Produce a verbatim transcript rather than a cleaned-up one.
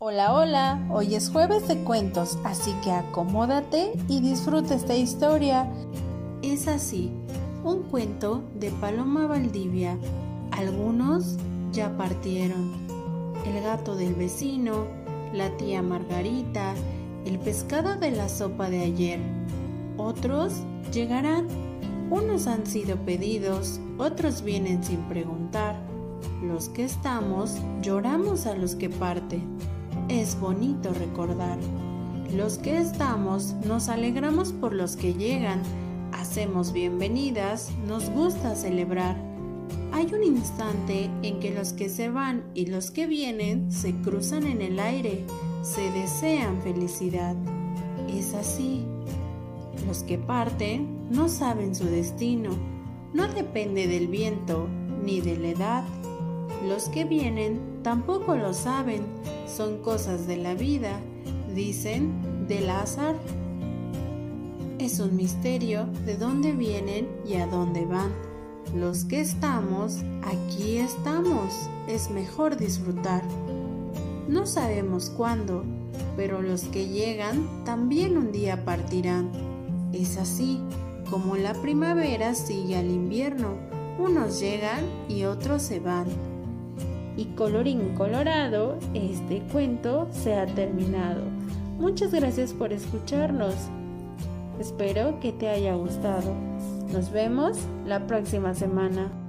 Hola, hola, hoy es jueves de cuentos, así que acomódate y disfruta esta historia. Es así, un cuento de Paloma Valdivia. Algunos ya partieron. El gato del vecino, la tía Margarita, el pescado de la sopa de ayer. Otros llegarán. Unos han sido pedidos, otros vienen sin preguntar. Los que estamos lloramos a los que parten. Es bonito recordar. Los que estamos nos alegramos por los que llegan. Hacemos bienvenidas, nos gusta celebrar. Hay un instante en que los que se van y los que vienen se cruzan en el aire, se desean felicidad. Es así. Los que parten no saben su destino, no depende del viento ni de la edad. Los que vienen tampoco lo saben, son cosas de la vida, dicen del azar. Es un misterio de dónde vienen y a dónde van. Los que estamos, aquí estamos, es mejor disfrutar. No sabemos cuándo, pero los que llegan también un día partirán. Es así, como la primavera sigue al invierno, unos llegan y otros se van. Y colorín colorado, este cuento se ha terminado. Muchas gracias por escucharnos. Espero que te haya gustado. Nos vemos la próxima semana.